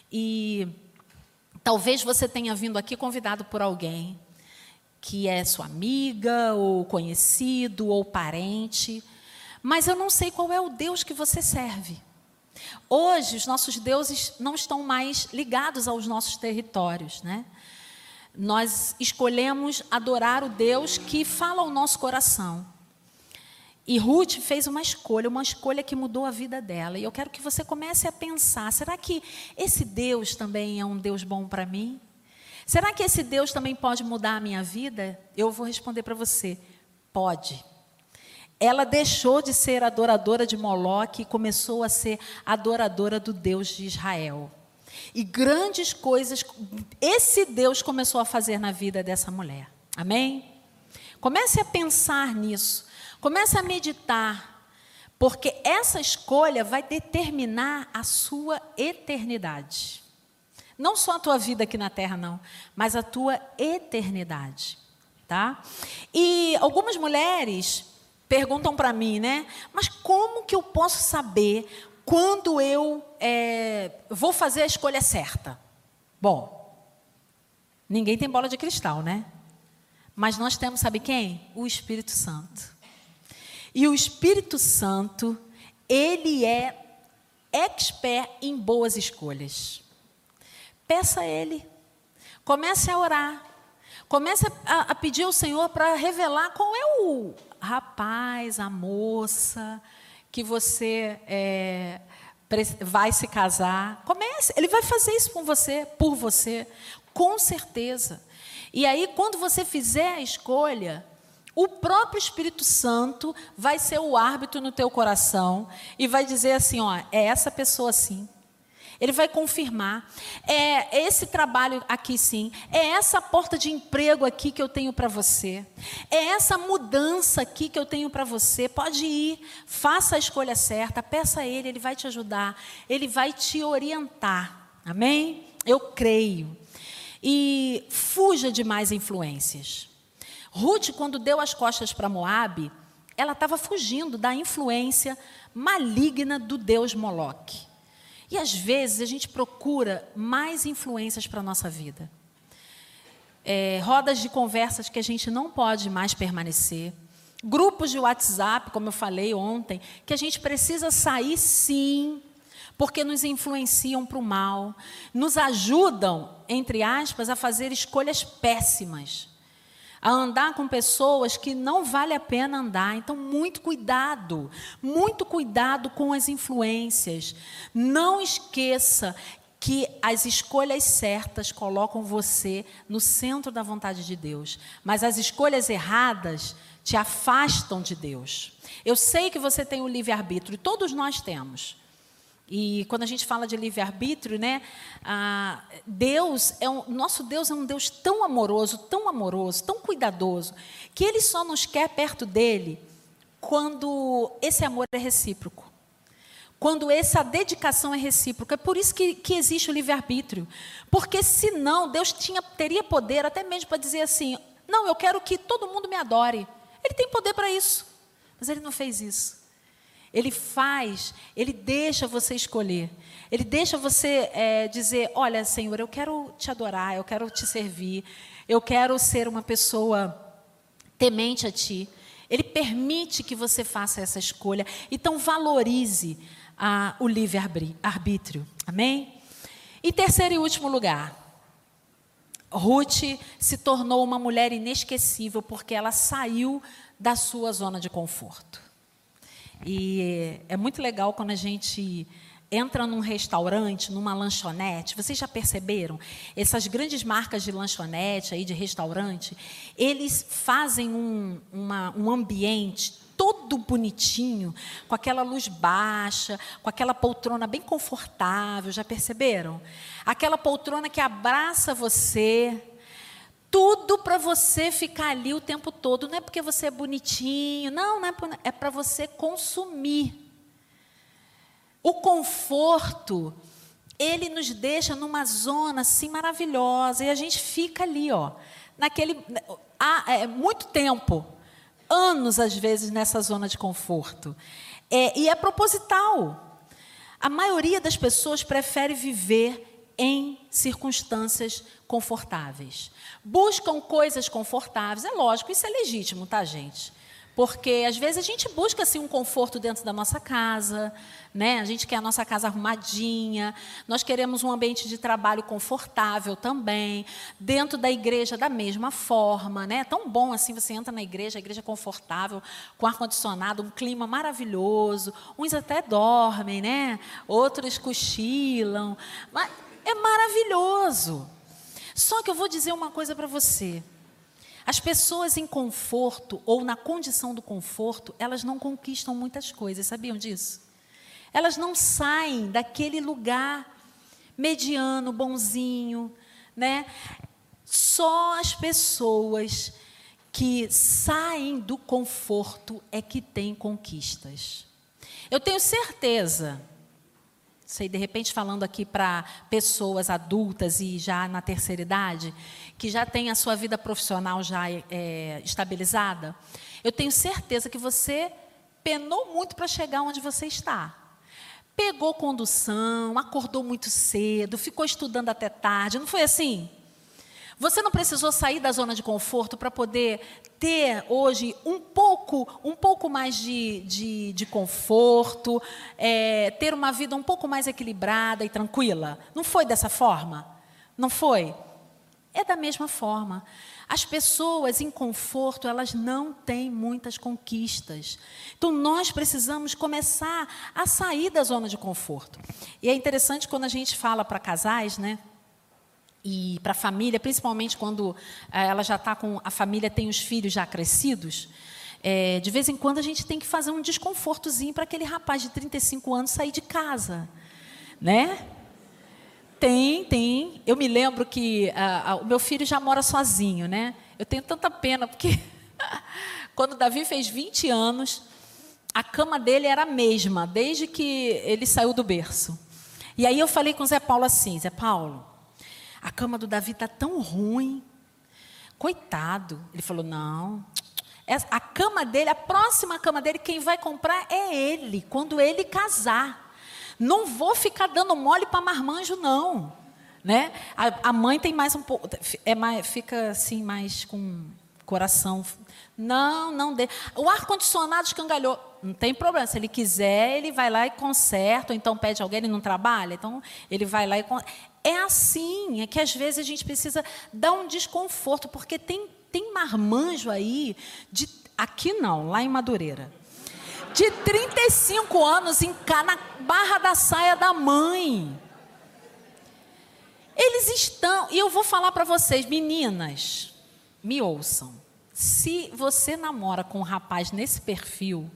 E talvez você tenha vindo aqui convidado por alguém que é sua amiga, ou conhecido, ou parente. Mas eu não sei qual é o Deus que você serve. Hoje, os nossos deuses não estão mais ligados aos nossos territórios, né? Nós escolhemos adorar o Deus que fala ao nosso coração. E Ruth fez uma escolha, uma escolha que mudou a vida dela. E eu quero que você comece a pensar: será que esse Deus também é um Deus bom para mim? Será que esse Deus também pode mudar a minha vida? Eu vou responder para você: pode. Ela deixou de ser adoradora de Moloque e começou a ser adoradora do Deus de Israel. E grandes coisas esse Deus começou a fazer na vida dessa mulher. Amém? Comece a pensar nisso. Comece a meditar. Porque essa escolha vai determinar a sua eternidade. Não só a tua vida aqui na terra, não. Mas a tua eternidade. Tá? E algumas mulheres perguntam para mim, né? Mas como que eu posso saber quando eu é, vou fazer a escolha certa? Bom, ninguém tem bola de cristal, né? Mas nós temos, sabe quem? O Espírito Santo. E o Espírito Santo, ele é expert em boas escolhas. Peça a ele. Comece a orar. Comece a, a pedir ao Senhor para revelar qual é o rapaz, a moça que você é, vai se casar. Comece, Ele vai fazer isso com você, por você, com certeza. E aí, quando você fizer a escolha, o próprio Espírito Santo vai ser o árbitro no teu coração e vai dizer assim, ó, é essa pessoa sim. Ele vai confirmar, é esse trabalho aqui sim, é essa porta de emprego aqui que eu tenho para você, é essa mudança aqui que eu tenho para você, pode ir, faça a escolha certa, peça a Ele, Ele vai te ajudar, Ele vai te orientar, amém? Eu creio. E fuja de mais influências. Ruth, quando deu as costas para Moabe, ela estava fugindo da influência maligna do deus Moloque. E às vezes a gente procura mais influências para a nossa vida. É, rodas de conversas que a gente não pode mais permanecer. Grupos de WhatsApp, como eu falei ontem, que a gente precisa sair sim, porque nos influenciam para o mal. Nos ajudam, entre aspas, a fazer escolhas péssimas. A andar com pessoas que não vale a pena andar. Então, muito cuidado, muito cuidado com as influências. Não esqueça que as escolhas certas colocam você no centro da vontade de Deus, mas as escolhas erradas te afastam de Deus. Eu sei que você tem o livre-arbítrio, todos nós temos. E quando a gente fala de livre-arbítrio, né, ah, Deus é um, nosso Deus é um Deus tão amoroso, tão amoroso, tão cuidadoso, que Ele só nos quer perto dEle quando esse amor é recíproco, quando essa dedicação é recíproca. É por isso que, que existe o livre-arbítrio, porque senão Deus tinha, teria poder até mesmo para dizer assim, não, eu quero que todo mundo me adore. Ele tem poder para isso, mas Ele não fez isso. Ele faz, Ele deixa você escolher. Ele deixa você é, dizer, olha, Senhor, eu quero te adorar, eu quero te servir, eu quero ser uma pessoa temente a Ti. Ele permite que você faça essa escolha. Então, valorize ah, o livre-arbítrio. Amém? Em terceiro e último lugar, Ruth se tornou uma mulher inesquecível porque ela saiu da sua zona de conforto. E é muito legal quando a gente entra num restaurante, numa lanchonete. Vocês já perceberam? Essas grandes marcas de lanchonete, aí, de restaurante, eles fazem um, uma, um ambiente todo bonitinho, com aquela luz baixa, com aquela poltrona bem confortável. Já perceberam? Aquela poltrona que abraça você. Tudo para você ficar ali o tempo todo. Não é porque você é bonitinho. Não, não é, é para você consumir. O conforto, ele nos deixa numa zona assim maravilhosa. E a gente fica ali, ó, naquele, há é, muito tempo, anos às vezes nessa zona de conforto. É, e é proposital. A maioria das pessoas prefere viver em circunstâncias confortáveis. Buscam coisas confortáveis. É lógico, isso é legítimo, tá, gente? Porque, às vezes, a gente busca assim, um conforto dentro da nossa casa, né? A gente quer a nossa casa arrumadinha, nós queremos um ambiente de trabalho confortável também, dentro da igreja da mesma forma, né? É tão bom assim, você entra na igreja, a igreja é confortável, com ar-condicionado, um clima maravilhoso, uns até dormem, né? Outros cochilam, mas é maravilhoso. Só que eu vou dizer uma coisa para você. As pessoas em conforto ou na condição do conforto, elas não conquistam muitas coisas, sabiam disso? Elas não saem daquele lugar mediano, bonzinho, né? Só as pessoas que saem do conforto é que têm conquistas. Eu tenho certeza, sei, de repente falando aqui para pessoas adultas e já na terceira idade, que já tem a sua vida profissional já é, estabilizada, eu tenho certeza que você penou muito para chegar onde você está. Pegou condução, acordou muito cedo, ficou estudando até tarde, não foi assim? Você não precisou sair da zona de conforto para poder ter hoje um pouco, um pouco mais de, de, de conforto, é, ter uma vida um pouco mais equilibrada e tranquila? Não foi dessa forma? Não foi? É da mesma forma. As pessoas em conforto, elas não têm muitas conquistas. Então, nós precisamos começar a sair da zona de conforto. E é interessante quando a gente fala para casais, né? E para a família, principalmente quando eh, ela já está com... A família tem os filhos já crescidos. É, de vez em quando, a gente tem que fazer um desconfortozinho para aquele rapaz de trinta e cinco anos sair de casa. Né? Tem, tem. Eu me lembro que ah, ah, o meu filho já mora sozinho, né? Eu tenho tanta pena, porque quando o Davi fez vinte anos, a cama dele era a mesma, desde que ele saiu do berço. E aí eu falei com o Zé Paulo assim, Zé Paulo, a cama do Davi está tão ruim, coitado. Ele falou, não, a cama dele, a próxima cama dele, quem vai comprar é ele, quando ele casar. Não vou ficar dando mole para marmanjo, não. Né? A, a mãe tem mais um pouco, é mais, fica assim, mais com coração. Não, não dê. O ar-condicionado escangalhou. Não tem problema. Se ele quiser, ele vai lá e conserta, ou então pede alguém, ele não trabalha, então ele vai lá e conserta. É assim, é que às vezes a gente precisa dar um desconforto, porque tem, tem marmanjo aí, de, aqui não, lá em Madureira. De trinta e cinco anos em cá, na barra da saia da mãe. Eles estão... E eu vou falar para vocês, meninas, me ouçam. Se você namora com um rapaz nesse perfil,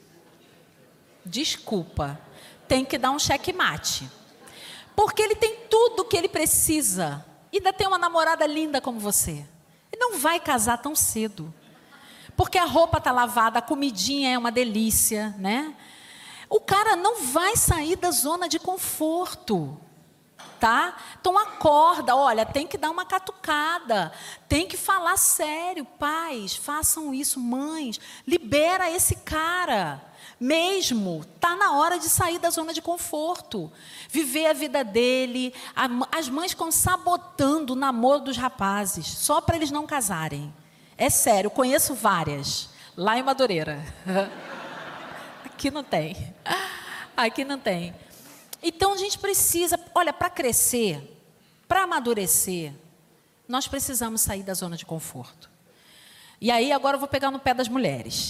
desculpa, tem que dar um checkmate. Porque ele tem tudo o que ele precisa. E ainda tem uma namorada linda como você. Ele não vai casar tão cedo. Porque a roupa está lavada, a comidinha é uma delícia, né? O cara não vai sair da zona de conforto, tá? Então acorda, olha, tem que dar uma catucada, tem que falar sério, pais, façam isso, mães, libera esse cara, mesmo, tá na hora de sair da zona de conforto, viver a vida dele. As mães ficam sabotando o namoro dos rapazes, só para eles não casarem. É sério, conheço várias, lá em Madureira. Aqui não tem. Aqui não tem. Então, a gente precisa... Olha, para crescer, para amadurecer, nós precisamos sair da zona de conforto. E aí, agora eu vou pegar no pé das mulheres.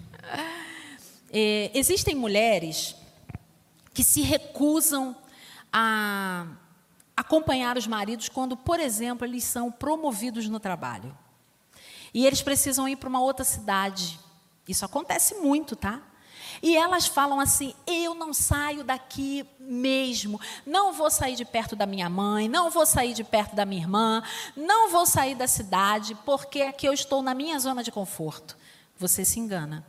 É, existem mulheres que se recusam a acompanhar os maridos quando, por exemplo, eles são promovidos no trabalho. E eles precisam ir para uma outra cidade. Isso acontece muito, tá? E elas falam assim, eu não saio daqui mesmo. Não vou sair de perto da minha mãe, não vou sair de perto da minha irmã, não vou sair da cidade, porque aqui eu estou na minha zona de conforto. Você se engana.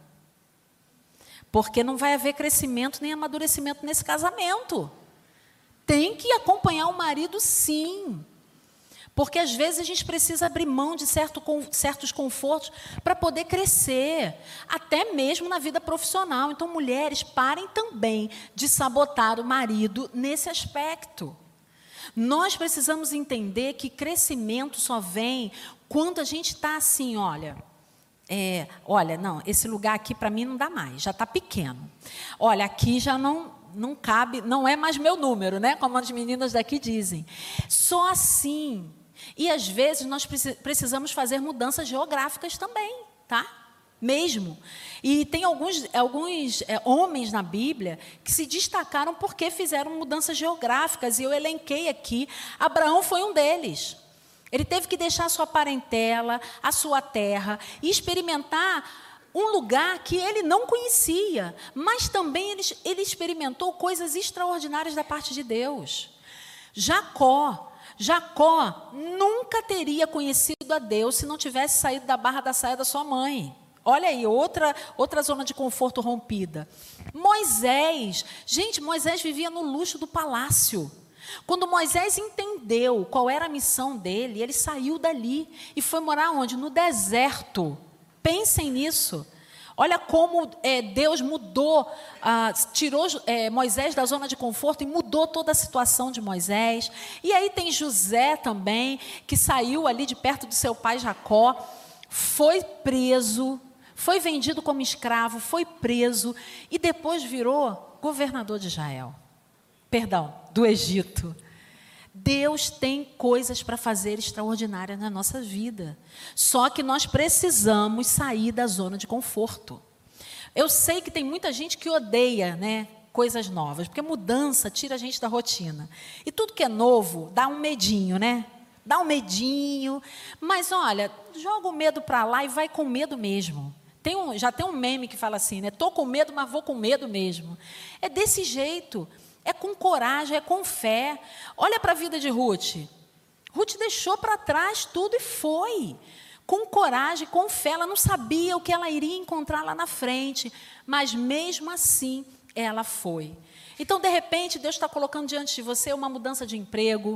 Porque não vai haver crescimento nem amadurecimento nesse casamento. Tem que acompanhar o marido, sim. Porque, às vezes, a gente precisa abrir mão de certo, certos confortos para poder crescer, até mesmo na vida profissional. Então, mulheres, parem também de sabotar o marido nesse aspecto. Nós precisamos entender que crescimento só vem quando a gente está assim, olha... É, olha, não, esse lugar aqui para mim não dá mais, já está pequeno. Olha, aqui já não... não cabe, não é mais meu número, né? Como as meninas daqui dizem. Só assim. E às vezes nós precisamos fazer mudanças geográficas também, tá? Mesmo. E tem alguns, alguns é, homens na Bíblia que se destacaram porque fizeram mudanças geográficas. E eu elenquei aqui, Abraão foi um deles. Ele teve que deixar a sua parentela, a sua terra, e experimentar um lugar que ele não conhecia, mas também ele, ele experimentou coisas extraordinárias da parte de Deus. Jacó, Jacó nunca teria conhecido a Deus se não tivesse saído da barra da saia da sua mãe. Olha aí, outra, outra zona de conforto rompida. Moisés, gente, Moisés vivia no luxo do palácio. Quando Moisés entendeu qual era a missão dele, ele saiu dali e foi morar onde? No deserto. Pensem nisso. Olha como é, Deus mudou, ah, tirou é, Moisés da zona de conforto e mudou toda a situação de Moisés. E aí tem José também, que saiu ali de perto do seu pai Jacó, foi preso, foi vendido como escravo, foi preso e depois virou governador de Israel. Perdão, do Egito. Deus tem coisas para fazer extraordinárias na nossa vida. Só que nós precisamos sair da zona de conforto. Eu sei que tem muita gente que odeia, né, coisas novas, porque mudança tira a gente da rotina. E tudo que é novo dá um medinho, né? Dá um medinho. Mas, olha, joga o medo para lá e vai com medo mesmo. Tem um, já tem um meme que fala assim, né? Estou com medo, mas vou com medo mesmo. É desse jeito. É com coragem, é com fé. Olha para a vida de Ruth. Ruth deixou para trás tudo e foi. Com coragem, com fé. Ela não sabia o que ela iria encontrar lá na frente. Mas mesmo assim, ela foi. Então, de repente, Deus está colocando diante de você uma mudança de emprego,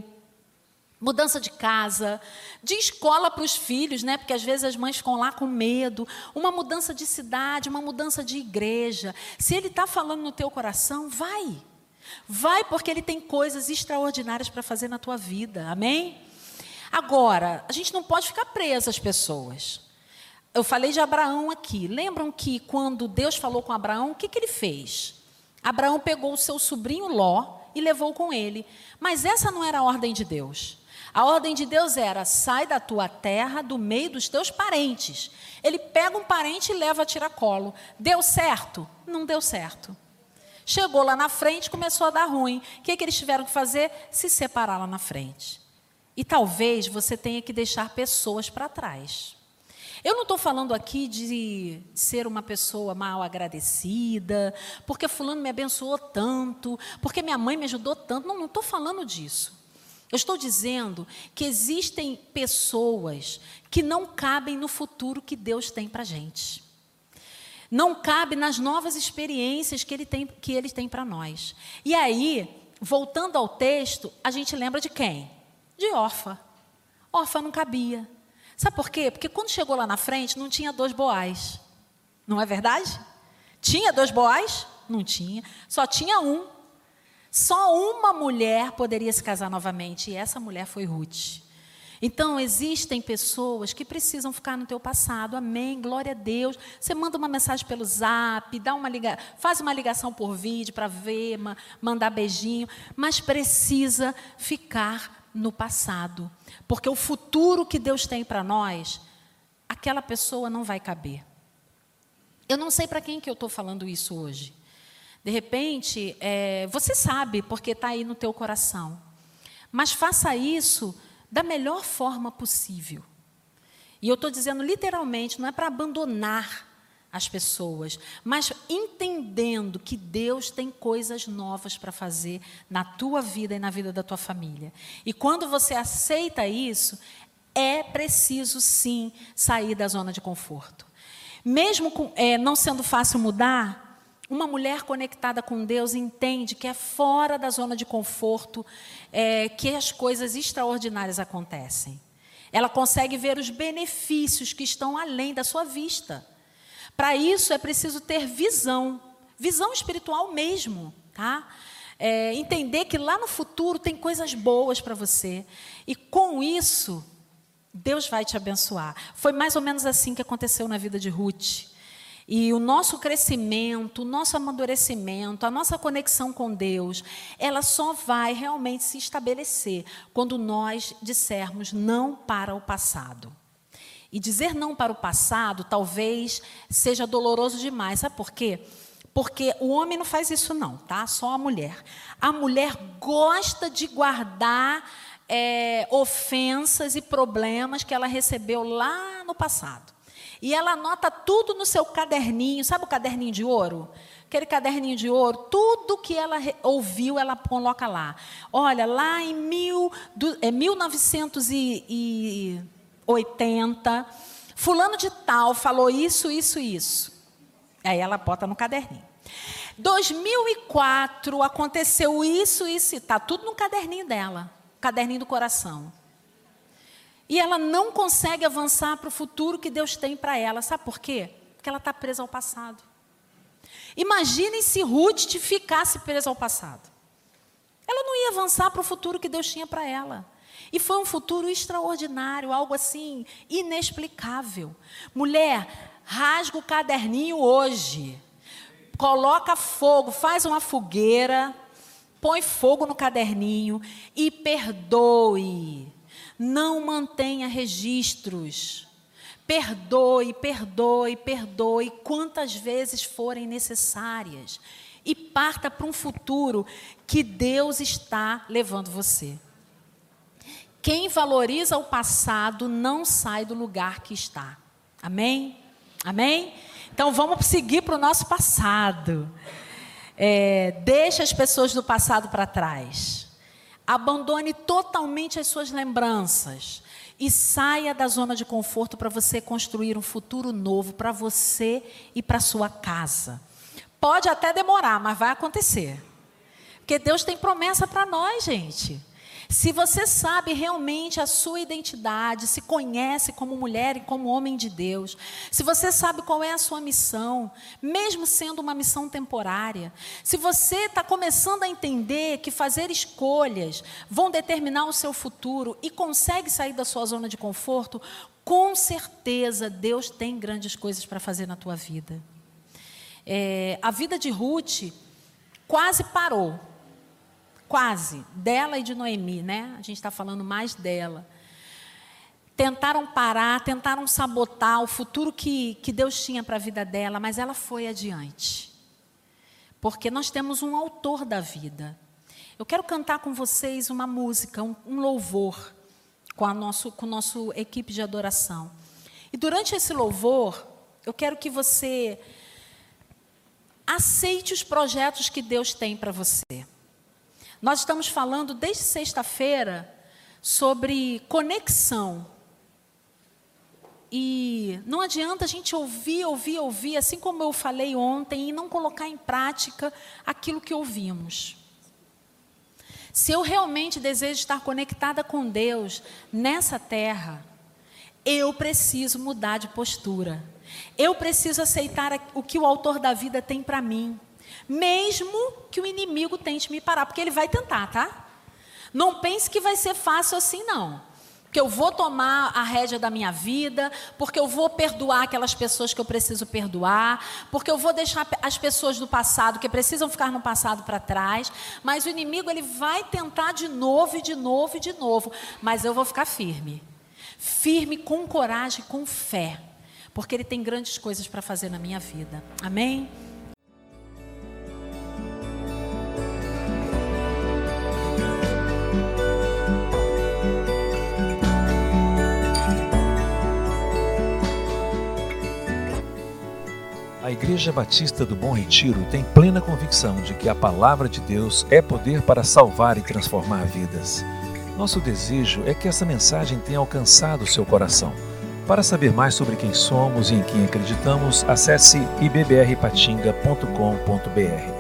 mudança de casa, de escola para os filhos, né? Porque às vezes as mães ficam lá com medo. Uma mudança de cidade, uma mudança de igreja. Se Ele está falando no teu coração, vai. Vai, porque Ele tem coisas extraordinárias para fazer na tua vida, amém? Agora, a gente não pode ficar preso às pessoas. Eu falei de Abraão aqui. Lembram que quando Deus falou com Abraão, o que, que ele fez? Abraão pegou o seu sobrinho Ló e levou com ele. Mas essa não era a ordem de Deus. A ordem de Deus era, sai da tua terra, do meio dos teus parentes. Ele pega um parente e leva a tiracolo. Deu certo? Não deu certo. Chegou lá na frente, começou a dar ruim. O que, que eles tiveram que fazer? Se separar lá na frente. E talvez você tenha que deixar pessoas para trás. Eu não estou falando aqui de ser uma pessoa mal agradecida, porque fulano me abençoou tanto, porque minha mãe me ajudou tanto. Não, não estou falando disso. Eu estou dizendo que existem pessoas que não cabem no futuro que Deus tem para a gente. Não cabe nas novas experiências que Ele tem, que Ele tem para nós. E aí, voltando ao texto, a gente lembra de quem? De Orfa. Orfa não cabia. Sabe por quê? Porque quando chegou lá na frente, não tinha dois Boaz. Não é verdade? Tinha dois Boaz? Não tinha. Só tinha um. Só uma mulher poderia se casar novamente. E essa mulher foi Ruth. Então, existem pessoas que precisam ficar no teu passado. Amém, glória a Deus. Você manda uma mensagem pelo zap, dá uma liga... faz uma ligação por vídeo para ver, ma... mandar beijinho. Mas precisa ficar no passado. Porque o futuro que Deus tem para nós, aquela pessoa não vai caber. Eu não sei para quem que eu estou falando isso hoje. De repente, é... você sabe, porque está aí no teu coração. Mas faça isso da melhor forma possível. E eu estou dizendo literalmente, não é para abandonar as pessoas, mas entendendo que Deus tem coisas novas para fazer na tua vida e na vida da tua família. E quando você aceita isso, é preciso sim sair da zona de conforto. Mesmo com, é, não sendo fácil mudar, uma mulher conectada com Deus entende que é fora da zona de conforto é, que as coisas extraordinárias acontecem. Ela consegue ver os benefícios que estão além da sua vista. Para isso é preciso ter visão, visão espiritual mesmo, tá? É, entender que lá no futuro tem coisas boas para você. E com isso, Deus vai te abençoar. Foi mais ou menos assim que aconteceu na vida de Ruth. E o nosso crescimento, o nosso amadurecimento, a nossa conexão com Deus, ela só vai realmente se estabelecer quando nós dissermos não para o passado. E dizer não para o passado talvez seja doloroso demais. Sabe por quê? Porque o homem não faz isso não, tá? Só a mulher. A mulher gosta de guardar é, ofensas e problemas que ela recebeu lá no passado. E ela anota tudo no seu caderninho, sabe o caderninho de ouro? Aquele caderninho de ouro, tudo que ela ouviu, ela coloca lá. Olha, lá em mil, do, é, mil novecentos e oitenta, fulano de tal falou isso, isso, isso. Aí ela bota no caderninho. dois mil e quatro aconteceu isso, isso, está tudo no caderninho dela, caderninho do coração. E ela não consegue avançar para o futuro que Deus tem para ela. Sabe por quê? Porque ela está presa ao passado. Imaginem se Ruth ficasse presa ao passado. Ela não ia avançar para o futuro que Deus tinha para ela. E foi um futuro extraordinário, algo assim, inexplicável. Mulher, rasga o caderninho hoje. Coloca fogo, faz uma fogueira. põe fogo no caderninho e perdoe. Não mantenha registros. Perdoe, perdoe, perdoe quantas vezes forem necessárias. E parta para um futuro que Deus está levando você. Quem valoriza o passado não sai do lugar que está. Amém? Amém? Então vamos seguir para o nosso passado. É, deixa as pessoas do passado para trás. Abandone totalmente as suas lembranças. E saia da zona de conforto para você construir um futuro novo para você e para sua casa. Pode até demorar, mas vai acontecer. Porque Deus tem promessa para nós, gente. Se você sabe realmente a sua identidade, se conhece como mulher e como homem de Deus, se você sabe qual é a sua missão, mesmo sendo uma missão temporária, se você está começando a entender que fazer escolhas vão determinar o seu futuro e consegue sair da sua zona de conforto, com certeza Deus tem grandes coisas para fazer na tua vida. É, a vida de Ruth quase parou. Quase, dela e de Noemi, né? A gente está falando mais dela. Tentaram parar, tentaram sabotar o futuro que, que Deus tinha para a vida dela, mas ela foi adiante. Porque nós temos um autor da vida. Eu quero cantar com vocês uma música, um, um louvor, com a nosso, com nosso equipe de adoração. E durante esse louvor, eu quero que você aceite os projetos que Deus tem para você. Nós estamos falando desde sexta-feira sobre conexão. E não adianta a gente ouvir, ouvir, ouvir, assim como eu falei ontem, e não colocar em prática aquilo que ouvimos. Se eu realmente desejo estar conectada com Deus nessa terra, eu preciso mudar de postura. Eu preciso aceitar o que o autor da vida tem para mim. Mesmo que o inimigo tente me parar, porque ele vai tentar, tá? Não pense que vai ser fácil assim, não. Que eu vou tomar a rédea da minha vida, porque eu vou perdoar aquelas pessoas que eu preciso perdoar, porque eu vou deixar as pessoas do passado, que precisam ficar no passado, para trás. Mas o inimigo, ele vai tentar de novo, e de novo, e de novo. Mas eu vou ficar firme. Firme, com coragem, com fé. Porque ele tem grandes coisas para fazer na minha vida. Amém? A Igreja Batista do Bom Retiro tem plena convicção de que a palavra de Deus é poder para salvar e transformar vidas. Nosso desejo é que essa mensagem tenha alcançado o seu coração. Para saber mais sobre quem somos e em quem acreditamos, acesse i b b r patinga ponto com ponto b r.